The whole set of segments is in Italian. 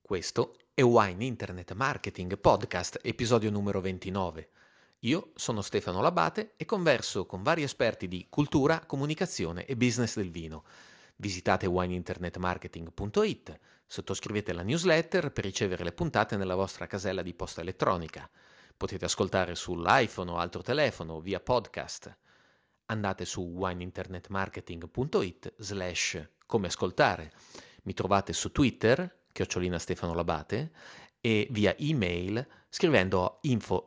Questo è Wine Internet Marketing Podcast, episodio numero 29. Io sono Stefano Labate e converso con vari esperti di cultura, comunicazione e business del vino. Visitate wineinternetmarketing.it, sottoscrivete la newsletter per ricevere le puntate nella vostra casella di posta elettronica. Potete ascoltare sull'iPhone o altro telefono via podcast. Andate su wineinternetmarketing.it/come ascoltare. Mi trovate su Twitter, @Stefano Labate, e via email scrivendo a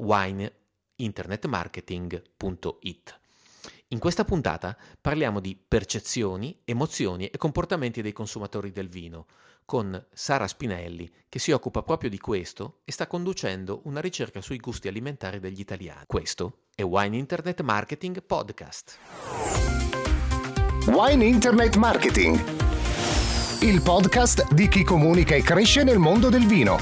info@wineinternetmarketing.it. In questa puntata parliamo di percezioni, emozioni e comportamenti dei consumatori del vino, con Sara Spinelli, che si occupa proprio di questo e sta conducendo una ricerca sui gusti alimentari degli italiani. Questo è Wine Internet Marketing Podcast. Wine Internet Marketing, il podcast di chi comunica e cresce nel mondo del vino.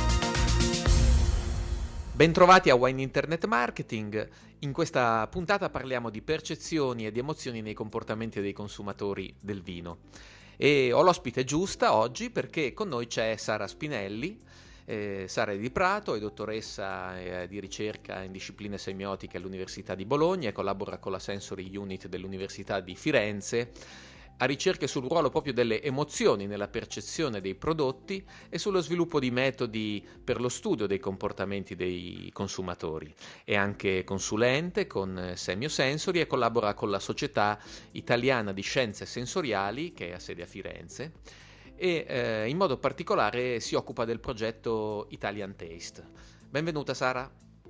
Bentrovati a Wine Internet Marketing. In questa puntata parliamo di percezioni e di emozioni nei comportamenti dei consumatori del vino. E ho l'ospite giusta oggi perché con noi c'è Sara Spinelli. Sara è di Prato, è dottoressa di ricerca in discipline semiotiche all'Università di Bologna e collabora con la Sensory Unit dell'Università di Firenze a ricerche sul ruolo proprio delle emozioni nella percezione dei prodotti e sullo sviluppo di metodi per lo studio dei comportamenti dei consumatori. È anche consulente con Semiosensory e collabora con la Società Italiana di Scienze Sensoriali, che è a sede a Firenze, e in modo particolare si occupa del progetto Italian Taste. Benvenuta Sara.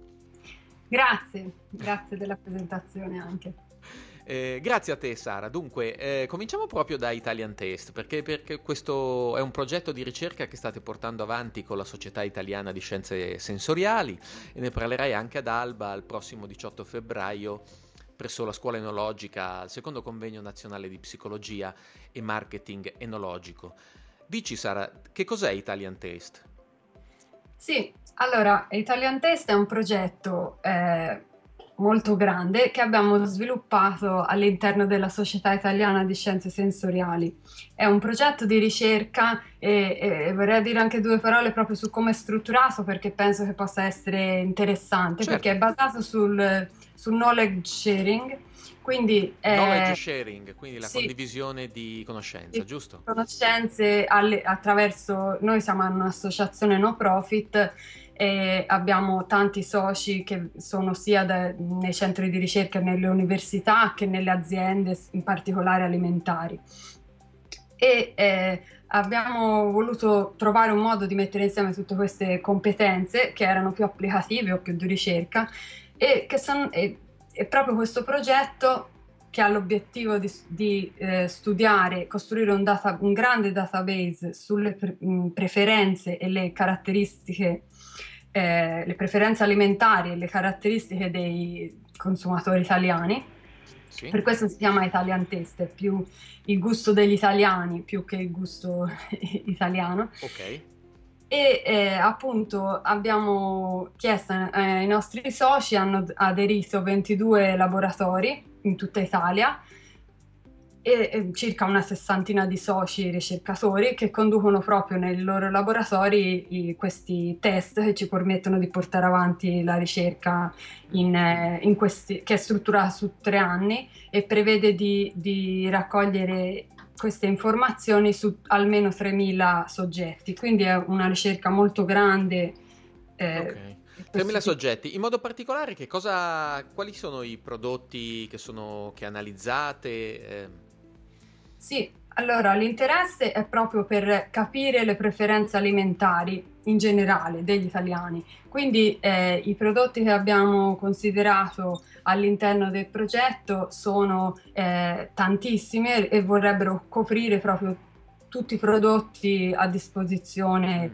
Grazie della presentazione anche. Grazie a te Sara. Dunque, cominciamo proprio da Italian Taste, perché questo è un progetto di ricerca che state portando avanti con la Società Italiana di Scienze Sensoriali e ne parlerai anche ad Alba al prossimo 18 febbraio presso la Scuola Enologica al secondo convegno nazionale di psicologia e marketing enologico. Dici Sara, che cos'è Italian Taste? Sì, allora Italian Taste è un progetto molto grande che abbiamo sviluppato all'interno della Società Italiana di Scienze Sensoriali. È un progetto di ricerca e vorrei dire anche due parole proprio su come è strutturato, perché penso che possa essere interessante. Certo. Perché è basato sul knowledge sharing. Quindi, knowledge sharing, quindi la sì, condivisione di conoscenza, giusto? Conoscenze attraverso, noi siamo un'associazione no profit e abbiamo tanti soci che sono sia nei centri di ricerca e nelle università che nelle aziende, in particolare alimentari. E abbiamo voluto trovare un modo di mettere insieme tutte queste competenze che erano più applicative o più di ricerca e proprio questo progetto che ha l'obiettivo di studiare, costruire un grande database sulle preferenze e le caratteristiche, le preferenze alimentari e le caratteristiche dei consumatori italiani. Sì. Per questo si chiama Italian Taste, è più il gusto degli italiani più che il gusto italiano. Ok. E appunto abbiamo chiesto ai nostri soci, hanno aderito 22 laboratori in tutta Italia e circa una sessantina di soci ricercatori che conducono proprio nei loro laboratori questi test che ci permettono di portare avanti la ricerca che è strutturata su 3 anni e prevede di raccogliere queste informazioni su almeno 3.000 soggetti, quindi è una ricerca molto grande. Ok. 3.000 soggetti. In modo particolare, quali sono i prodotti che analizzate? Sì, allora l'interesse è proprio per capire le preferenze alimentari in generale degli italiani. Quindi i prodotti che abbiamo considerato all'interno del progetto sono tantissimi e vorrebbero coprire proprio tutti i prodotti a disposizione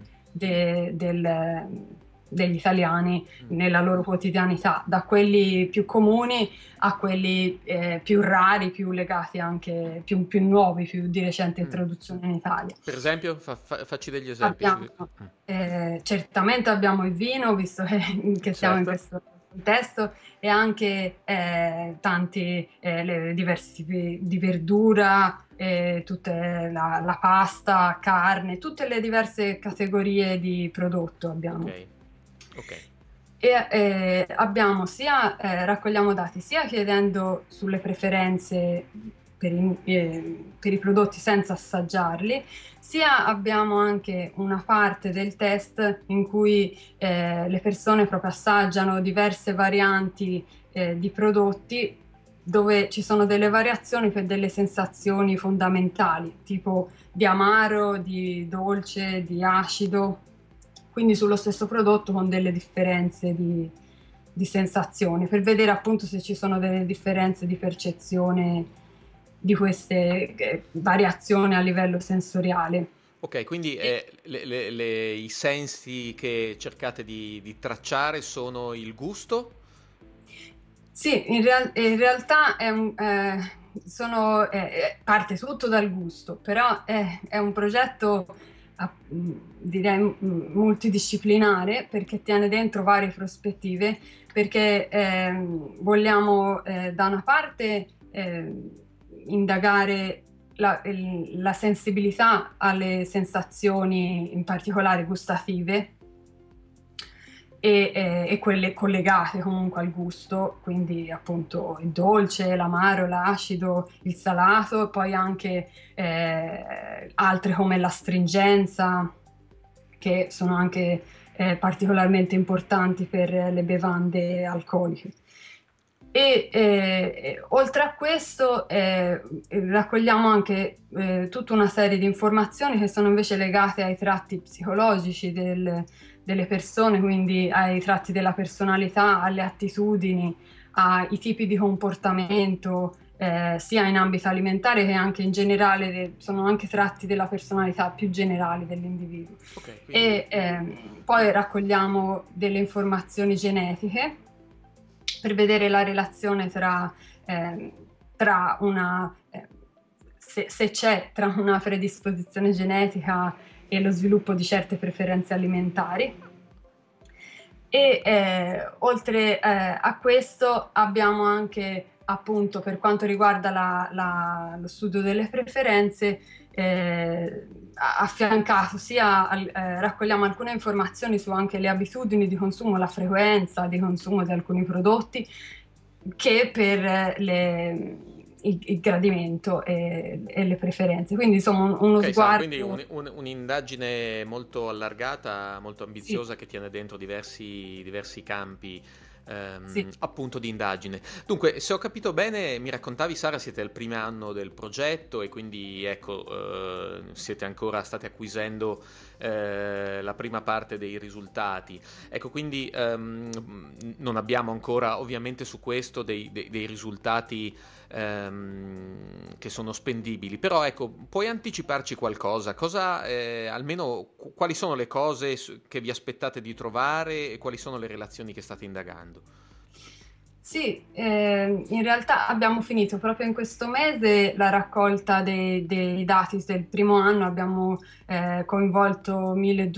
degli italiani nella loro quotidianità, da quelli più comuni a quelli più rari, più legati anche, più nuovi, più di recente introduzione in Italia. Per esempio, facci degli esempi. Certamente abbiamo il vino, visto che siamo in questo contesto, e anche tanti diversi tipi di verdura, tutte la pasta, carne, tutte le diverse categorie di prodotto abbiamo. Ok. E raccogliamo dati sia chiedendo sulle preferenze per i prodotti senza assaggiarli, sia abbiamo anche una parte del test in cui le persone proprio assaggiano diverse varianti di prodotti dove ci sono delle variazioni per delle sensazioni fondamentali, tipo di amaro, di dolce, di acido, quindi sullo stesso prodotto con delle differenze di sensazione, per vedere appunto se ci sono delle differenze di percezione di queste variazioni a livello sensoriale. Ok, quindi i sensi che cercate di tracciare sono il gusto? Sì, in realtà parte tutto dal gusto, però è un progetto direi multidisciplinare, perché tiene dentro varie prospettive, perché vogliamo da una parte indagare la sensibilità alle sensazioni, in particolare gustative, e quelle collegate comunque al gusto, quindi appunto il dolce, l'amaro, l'acido, il salato, e poi anche altre come l'astringenza, che sono anche particolarmente importanti per le bevande alcoliche. Oltre a questo raccogliamo anche tutta una serie di informazioni che sono invece legate ai tratti psicologici delle persone, quindi ai tratti della personalità, alle attitudini, ai tipi di comportamento, sia in ambito alimentare che anche in generale, sono anche tratti della personalità più generali dell'individuo. Okay, quindi... Poi raccogliamo delle informazioni genetiche per vedere la relazione tra una se c'è tra una predisposizione genetica e lo sviluppo di certe preferenze alimentari. Oltre a questo abbiamo anche, appunto, per quanto riguarda lo studio delle preferenze, affiancato raccogliamo alcune informazioni su anche le abitudini di consumo, la frequenza di consumo di alcuni prodotti, che per il gradimento e le preferenze. Quindi insomma uno sguardo... Quindi un'indagine molto allargata, molto ambiziosa, sì, che tiene dentro diversi campi sì, appunto di indagine. Dunque, se ho capito bene, mi raccontavi, Sara, siete al primo anno del progetto e quindi ecco state acquisendo la prima parte dei risultati. Ecco, quindi non abbiamo ancora ovviamente su questo dei risultati che sono spendibili, però ecco, puoi anticiparci qualcosa? Almeno quali sono le cose che vi aspettate di trovare e quali sono le relazioni che state indagando? Sì, in realtà abbiamo finito proprio in questo mese la raccolta dei dati del primo anno, abbiamo coinvolto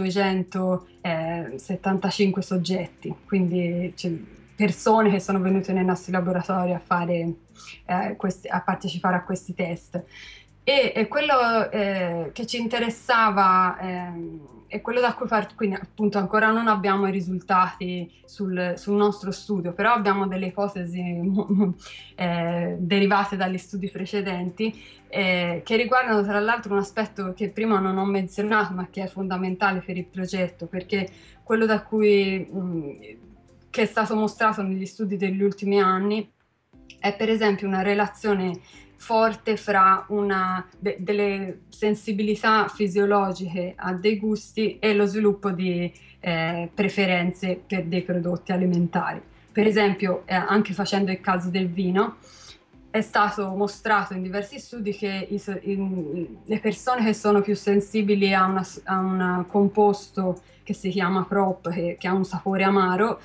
1275 soggetti, quindi persone che sono venute nei nostri laboratori a partecipare a questi test. E quello che ci interessava è quello da cui quindi appunto ancora non abbiamo i risultati sul nostro studio, però abbiamo delle ipotesi derivate dagli studi precedenti che riguardano tra l'altro un aspetto che prima non ho menzionato, ma che è fondamentale per il progetto, perché quello che è stato mostrato negli studi degli ultimi anni è per esempio una relazione forte fra delle sensibilità fisiologiche a dei gusti e lo sviluppo di preferenze per dei prodotti alimentari. Per esempio, anche facendo il caso del vino, è stato mostrato in diversi studi che le persone che sono più sensibili a un composto che si chiama PROP, che ha un sapore amaro,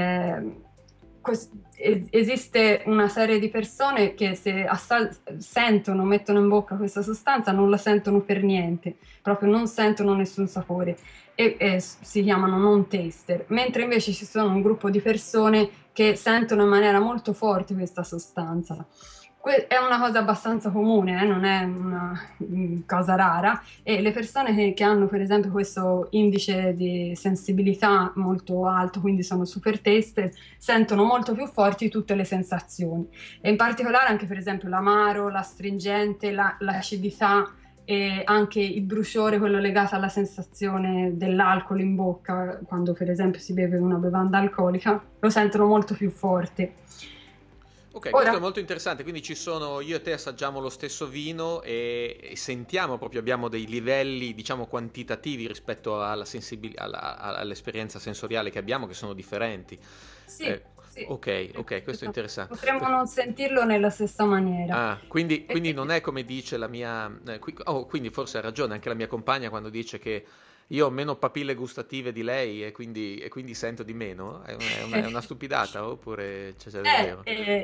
esiste una serie di persone che se mettono in bocca questa sostanza non la sentono per niente, proprio non sentono nessun sapore e si chiamano non taster, mentre invece ci sono un gruppo di persone che sentono in maniera molto forte questa sostanza. È una cosa abbastanza comune, non è una cosa rara, e le persone che hanno per esempio questo indice di sensibilità molto alto, quindi sono super taste, sentono molto più forti tutte le sensazioni, e in particolare anche per esempio l'amaro, l'astringente, l'acidità e anche il bruciore, quello legato alla sensazione dell'alcol in bocca, quando per esempio si beve una bevanda alcolica, lo sentono molto più forte. Ok, questo è Ora, molto interessante, quindi io e te assaggiamo lo stesso vino e sentiamo proprio, abbiamo dei livelli, diciamo, quantitativi rispetto all'esperienza sensoriale che abbiamo, che sono differenti. sì, Eh, sì, ok, questo è interessante. potremmo non sentirlo nella stessa maniera. Ah, quindi non E- è come dice la mia... quindi forse ha ragione anche la mia compagna quando dice che io ho meno papille gustative di lei e quindi sento di meno? È una stupidata oppure c'è del vero?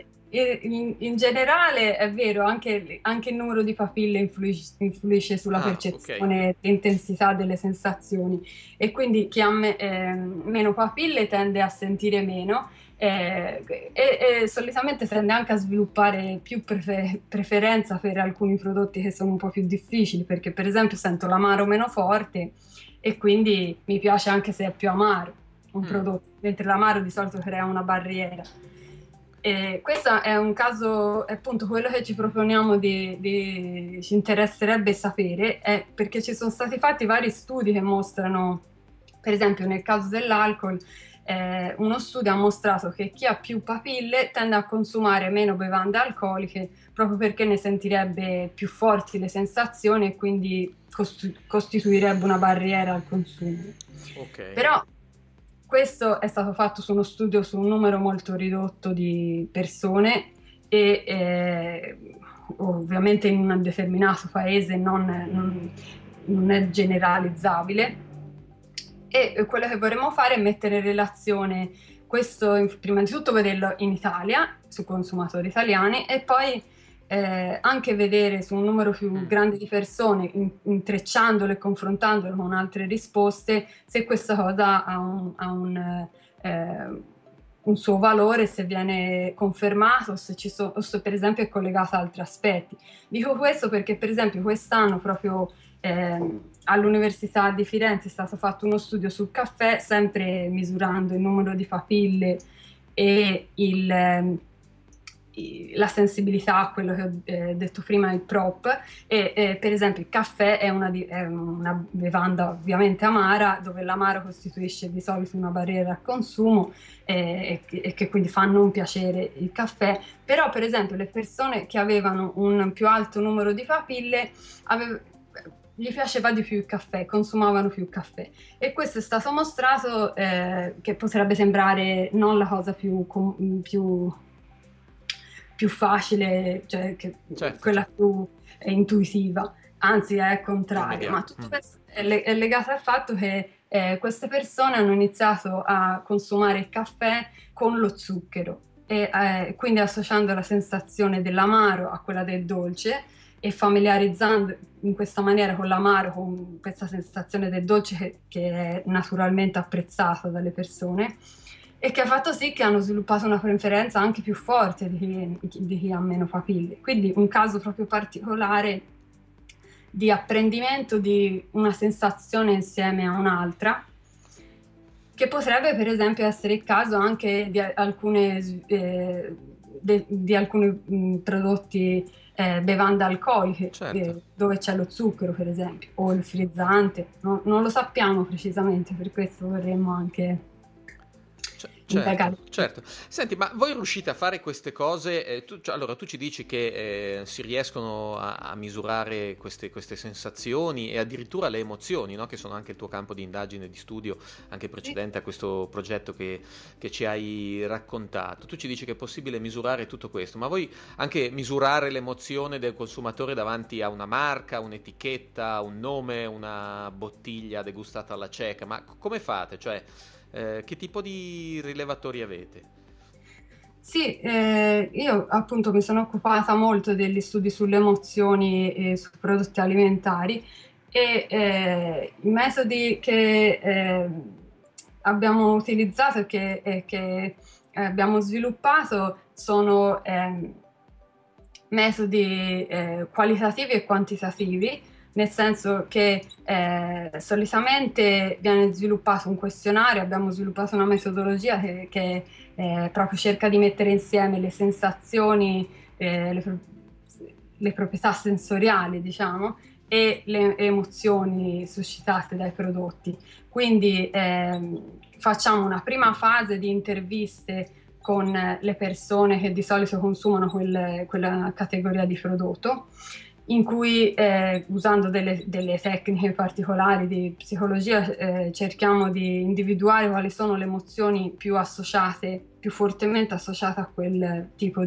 in generale è vero, anche il numero di papille influisce sulla Ah, ok. percezione, l'intensità delle sensazioni, e quindi chi ha meno papille tende a sentire meno, e solitamente tende anche a sviluppare più preferenza per alcuni prodotti che sono un po' più difficili, perché per esempio sento l'amaro meno forte e quindi mi piace anche se è più amaro un Mm. prodotto, mentre l'amaro di solito crea una barriera. E questo è un caso, è appunto quello che ci proponiamo ci interesserebbe sapere, è perché ci sono stati fatti vari studi che mostrano, per esempio nel caso dell'alcol, uno studio ha mostrato che chi ha più papille tende a consumare meno bevande alcoliche proprio perché ne sentirebbe più forti le sensazioni e quindi costituirebbe una barriera al consumo. Ok. Però questo è stato fatto su uno studio su un numero molto ridotto di persone e ovviamente in un determinato paese non è generalizzabile. E quello che vorremmo fare è mettere in relazione questo, prima di tutto vederlo in Italia, su consumatori italiani, e poi anche vedere su un numero più Mm. grande di persone, intrecciandolo e confrontandolo con altre risposte, se questa cosa un suo valore, se viene confermato, o se per esempio è collegato a altri aspetti. Dico questo perché per esempio quest'anno proprio all'Università di Firenze è stato fatto uno studio sul caffè, sempre misurando il numero di papille e la sensibilità a quello che ho detto prima, il PROP, e per esempio il caffè è è una bevanda ovviamente amara, dove l'amaro costituisce di solito una barriera al consumo e che quindi fa non piacere il caffè, però per esempio le persone che avevano un più alto numero di papille gli piaceva di più il caffè, consumavano più caffè, e questo è stato mostrato che potrebbe sembrare non la cosa più facile, cioè Certo, quella certo. più intuitiva, anzi è il contrario, ma Immediato. tutto Mm. questo è legato al fatto che queste persone hanno iniziato a consumare il caffè con lo zucchero, e quindi associando la sensazione dell'amaro a quella del dolce e familiarizzando in questa maniera con l'amaro, con questa sensazione del dolce che è naturalmente apprezzata dalle persone, e che ha fatto sì che hanno sviluppato una preferenza anche più forte di chi ha meno papille. Quindi un caso proprio particolare di apprendimento di una sensazione insieme a un'altra, che potrebbe per esempio essere il caso anche di di alcuni prodotti, bevande alcoliche, Certo. dove c'è lo zucchero per esempio, o il frizzante. Non lo sappiamo precisamente, per questo vorremmo anche Certo, indagare. certo. Senti, ma voi riuscite a fare queste cose? Allora, tu ci dici che si riescono a misurare queste sensazioni e addirittura le emozioni, no? Che sono anche il tuo campo di indagine e di studio, anche Sì. precedente a questo progetto che ci hai raccontato. Tu ci dici che è possibile misurare tutto questo, ma voi anche misurare l'emozione del consumatore davanti a una marca, un'etichetta, un nome, una bottiglia degustata alla cieca, ma come fate? Cioè, che tipo di rilevatori avete? Sì, io appunto mi sono occupata molto degli studi sulle emozioni e su prodotti alimentari, e i metodi che abbiamo utilizzato e che abbiamo sviluppato sono metodi qualitativi e quantitativi, nel senso che solitamente viene sviluppato un questionario, abbiamo sviluppato una metodologia che proprio cerca di mettere insieme le sensazioni, le proprietà sensoriali, diciamo, e le emozioni suscitate dai prodotti. Quindi facciamo una prima fase di interviste con le persone che di solito consumano quella categoria di prodotto, in cui usando delle tecniche particolari di psicologia cerchiamo di individuare quali sono le emozioni più fortemente associate a quel tipo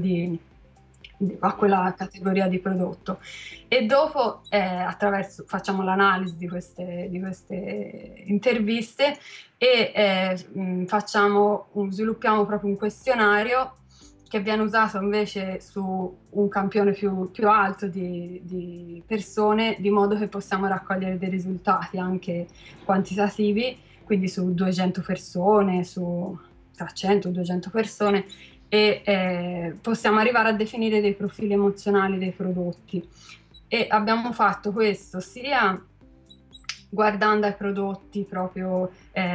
a quella categoria di prodotto, e dopo facciamo l'analisi di queste interviste e sviluppiamo proprio un questionario che viene usato invece su un campione più alto di persone, di modo che possiamo raccogliere dei risultati anche quantitativi, quindi su 200 persone, tra 100 e 200 persone, e possiamo arrivare a definire dei profili emozionali dei prodotti. E abbiamo fatto questo sia guardando ai prodotti proprio,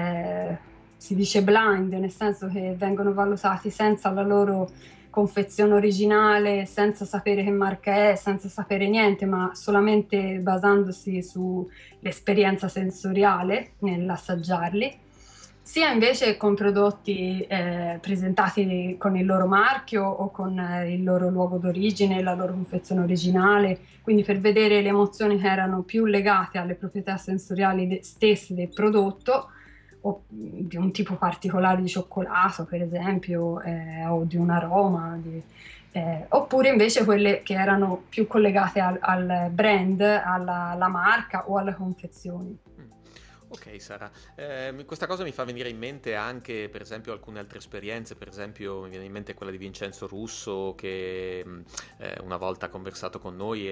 si dice blind, nel senso che vengono valutati senza la loro confezione originale, senza sapere che marca è, senza sapere niente, ma solamente basandosi sull'esperienza sensoriale nell'assaggiarli, sia invece con prodotti presentati con il loro marchio o con il loro luogo d'origine, la loro confezione originale, quindi per vedere le emozioni che erano più legate alle proprietà sensoriali stesse del prodotto, o di un tipo particolare di cioccolato per esempio, o di un aroma, oppure invece quelle che erano più collegate al brand, alla marca o alle confezioni. Ok Sara, questa cosa mi fa venire in mente anche per esempio alcune altre esperienze, per esempio mi viene in mente quella di Vincenzo Russo che una volta ha conversato con noi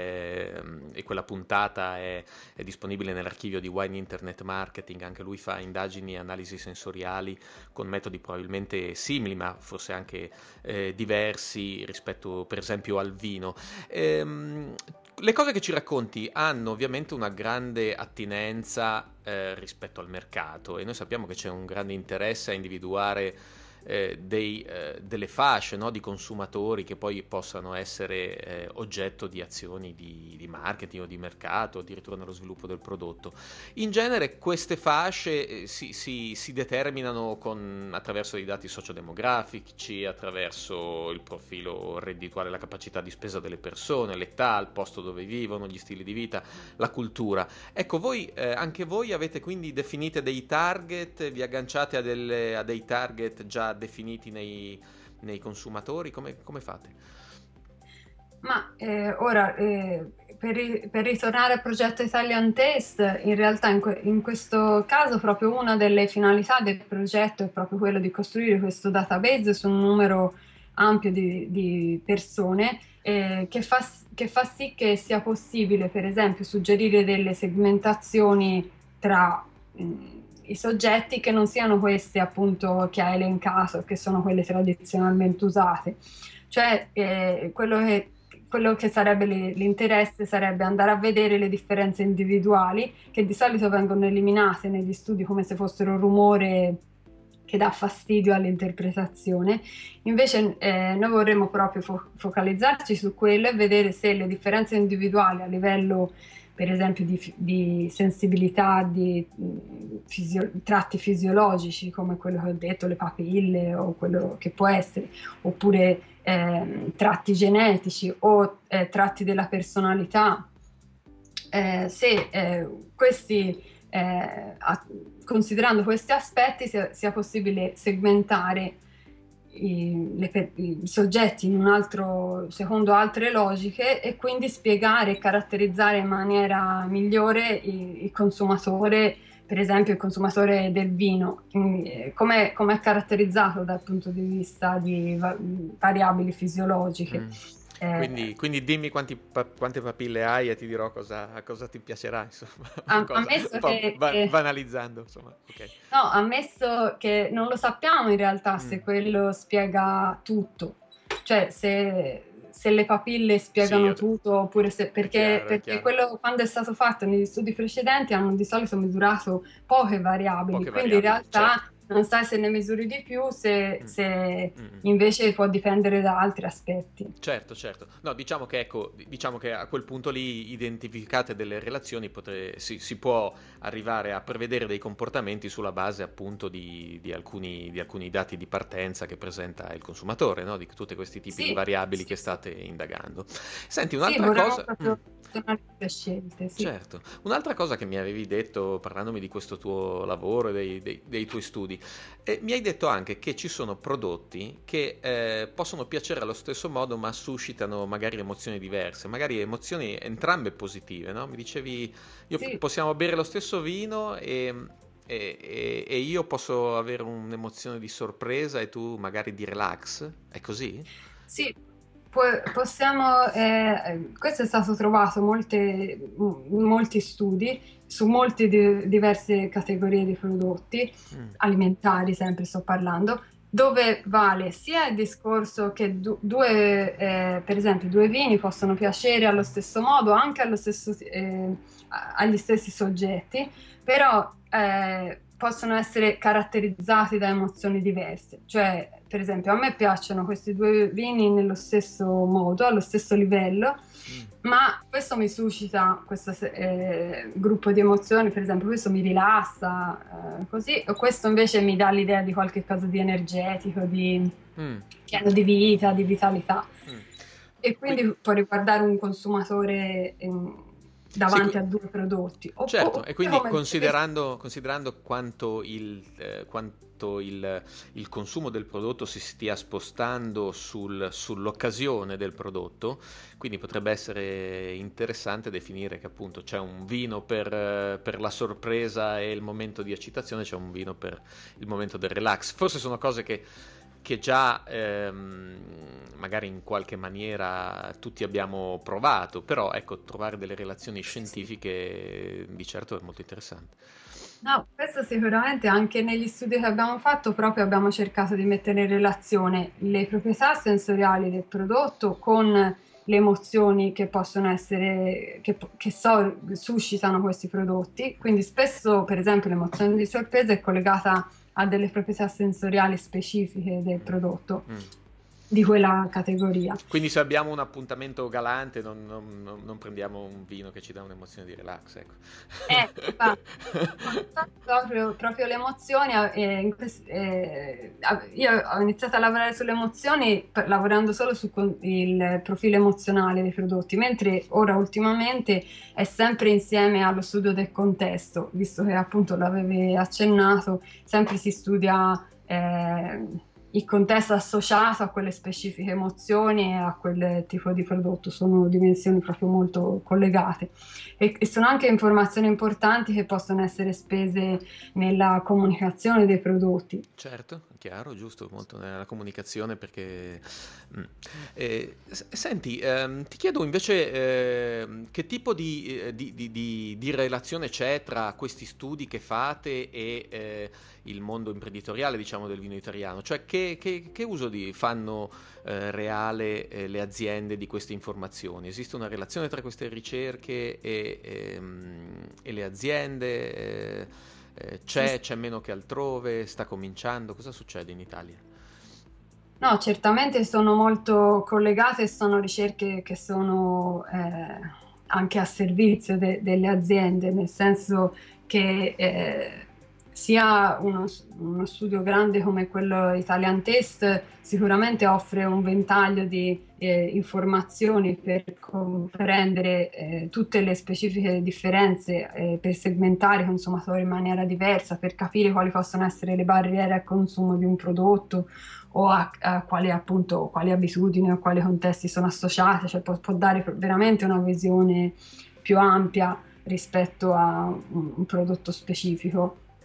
e quella puntata è disponibile nell'archivio di Wine Internet Marketing. Anche lui fa indagini e analisi sensoriali con metodi probabilmente simili ma forse anche diversi rispetto per esempio al vino. Le cose che ci racconti hanno ovviamente una grande attinenza rispetto al mercato, e noi sappiamo che c'è un grande interesse a individuare delle fasce, no, di consumatori che poi possano essere oggetto di azioni di marketing o di mercato, addirittura nello sviluppo del prodotto. In genere queste fasce si determinano attraverso dei dati sociodemografici, attraverso il profilo reddituale, la capacità di spesa delle persone, l'età, il posto dove vivono, gli stili di vita, la cultura. Ecco, anche voi avete quindi definite dei target, vi agganciate a dei target già definiti nei consumatori? Come fate? Ma ora, per ritornare al progetto Italian Taste, in realtà in questo caso proprio una delle finalità del progetto è proprio quello di costruire questo database su un numero ampio di persone, che fa sì che sia possibile, per esempio, suggerire delle segmentazioni tra i soggetti che non siano queste appunto che ha elencato, che sono quelle tradizionalmente usate. Cioè quello che sarebbe l'interesse sarebbe andare a vedere le differenze individuali, che di solito vengono eliminate negli studi come se fossero un rumore che dà fastidio all'interpretazione. Invece noi vorremmo proprio focalizzarci su quello e vedere se le differenze individuali a livello per esempio di sensibilità, di tratti fisiologici come quello che ho detto, le papille o quello che può essere, oppure tratti genetici o tratti della personalità, se considerando questi aspetti sia possibile segmentare i soggetti secondo altre logiche, e quindi spiegare e caratterizzare in maniera migliore il consumatore, per esempio il consumatore del vino, come è caratterizzato dal punto di vista di variabili fisiologiche. Quindi dimmi quante papille hai e ti dirò cosa ti piacerà, insomma. Banalizzando, insomma. Okay. No, ammesso che non lo sappiamo in realtà se quello spiega tutto. Cioè, se se le papille spiegano Sì, tutto, oppure se, è chiaro, è perché chiaro. quello, quando è stato fatto negli studi precedenti, hanno di solito misurato poche variabili, Poche quindi in variabili, certo. realtà non sai se ne misuri di più, Mm. se Mm, mm. invece può dipendere da altri aspetti. Certo, certo. No, diciamo che ecco, diciamo che a quel punto lì, identificate delle relazioni, si può arrivare a prevedere dei comportamenti sulla base appunto di alcuni dati di partenza che presenta il consumatore, no? Di tutti questi tipi di Sì, variabili sì, che state indagando. Senti, sì, un'altra vorremmo cosa. proprio personalizzare le scelte, sì. Certo, un'altra cosa che mi avevi detto parlandomi di questo tuo lavoro e dei tuoi studi, mi hai detto anche che ci sono prodotti che possono piacere allo stesso modo ma suscitano magari emozioni diverse, magari emozioni entrambe positive, no? Mi dicevi, Sì, possiamo bere lo stesso vino e io posso avere un'emozione di sorpresa e tu magari di relax, è così? sì, possiamo, questo è stato trovato in molti studi su molte diverse categorie di prodotti Mm, alimentari, sempre sto parlando, dove vale sia il discorso che per esempio, due vini possono piacere allo stesso modo, anche agli stessi soggetti, però possono essere caratterizzati da emozioni diverse. Cioè, per esempio, a me piacciono questi due vini nello stesso modo, allo stesso livello, mm. ma questo mi suscita questo gruppo di emozioni, per esempio, questo mi rilassa, così, o questo invece mi dà l'idea di qualche cosa di energetico, di Mm. pieno di vita, di vitalità. Mm. E Qui- quindi può riguardare un consumatore sì, davanti a due prodotti. certo, e Oppure quindi come dicevi, considerando quanto il consumo del prodotto si stia spostando sull'occasione del prodotto, quindi potrebbe essere interessante definire che appunto c'è un vino per la sorpresa e il momento di eccitazione, c'è un vino per il momento del relax. Forse sono cose che già magari in qualche maniera tutti abbiamo provato, però ecco, trovare delle relazioni sì, sì. scientifiche di certo è molto interessante. No, questo sicuramente anche negli studi che abbiamo fatto, proprio abbiamo cercato di mettere in relazione le proprietà sensoriali del prodotto con le emozioni che possono essere, suscitano questi prodotti. Quindi spesso, per esempio, l'emozione di sorpresa è collegata a delle proprietà sensoriali specifiche del Mm. prodotto, Mm. di quella categoria. Quindi se abbiamo un appuntamento galante non prendiamo un vino che ci dà un'emozione di relax, ecco. Infatti, proprio le emozioni, io ho iniziato a lavorare sulle emozioni lavorando solo il profilo emozionale dei prodotti, mentre ora ultimamente è sempre insieme allo studio del contesto, visto che appunto l'avevi accennato, sempre si studia il contesto associato a quelle specifiche emozioni e a quel tipo di prodotto, sono dimensioni proprio molto collegate e sono anche informazioni importanti che possono essere spese nella comunicazione dei prodotti. Certo, chiaro, giusto, molto nella comunicazione perché. mm. Senti, ti chiedo invece che tipo di relazione c'è tra questi studi che fate e il mondo imprenditoriale, diciamo, del vino italiano? Cioè, che uso fanno reale le aziende di queste informazioni? Esiste una relazione tra queste ricerche e le aziende? Sì, C'è meno che altrove? Sta cominciando? Cosa succede in Italia? no, certamente sono molto collegate e sono ricerche che sono anche a servizio delle aziende, nel senso che sia uno studio grande come quello Italian Test sicuramente offre un ventaglio di informazioni per comprendere tutte le specifiche differenze, per segmentare i consumatori in maniera diversa, per capire quali possono essere le barriere al consumo di un prodotto o a quali, appunto, quali abitudini o quali contesti sono associate, cioè può dare veramente una visione più ampia rispetto a un prodotto specifico.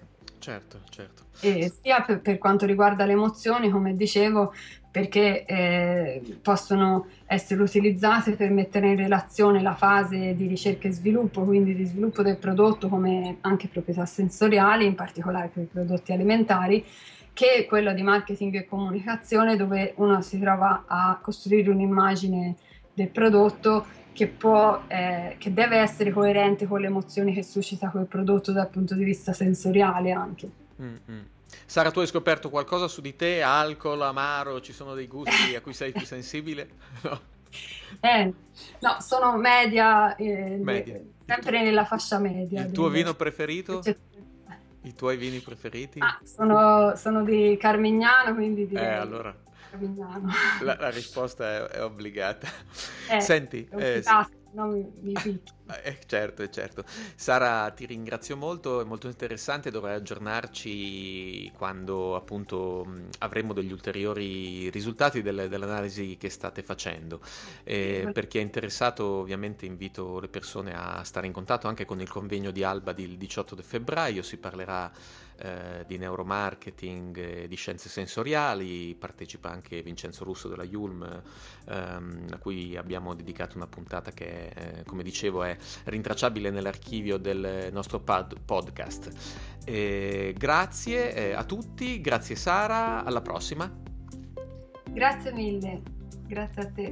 Certo. E sia per quanto riguarda le emozioni, come dicevo, perché possono essere utilizzate per mettere in relazione la fase di ricerca e sviluppo, quindi di sviluppo del prodotto, come anche proprietà sensoriali, in particolare per i prodotti alimentari, che quello di marketing e comunicazione, dove uno si trova a costruire un'immagine del prodotto che deve essere coerente con le emozioni che suscita quel prodotto dal punto di vista sensoriale anche. Sara, tu hai scoperto qualcosa su di te? Alcol, amaro, ci sono dei gusti a cui sei più sensibile? No. No, sono media. Sempre nella fascia media. Il tuo vino preferito? I tuoi vini preferiti? Sono di Carmignano, quindi direi allora Carmignano. La risposta è obbligata. Senti, mi picchi. Certo. Sara, ti ringrazio molto, è molto interessante, dovrai aggiornarci quando appunto avremo degli ulteriori risultati dell'analisi che state facendo. Per chi è interessato, ovviamente invito le persone a stare in contatto anche con il convegno di Alba del 18 febbraio, si parlerà di neuromarketing, di scienze sensoriali, partecipa anche Vincenzo Russo della Yulm, a cui abbiamo dedicato una puntata che, come dicevo, è rintracciabile nell'archivio del nostro podcast. Grazie a tutti, grazie Sara, alla prossima. Grazie mille, grazie a te.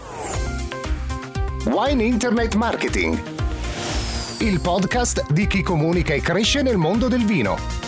Wine Internet Marketing, il podcast di chi comunica e cresce nel mondo del vino.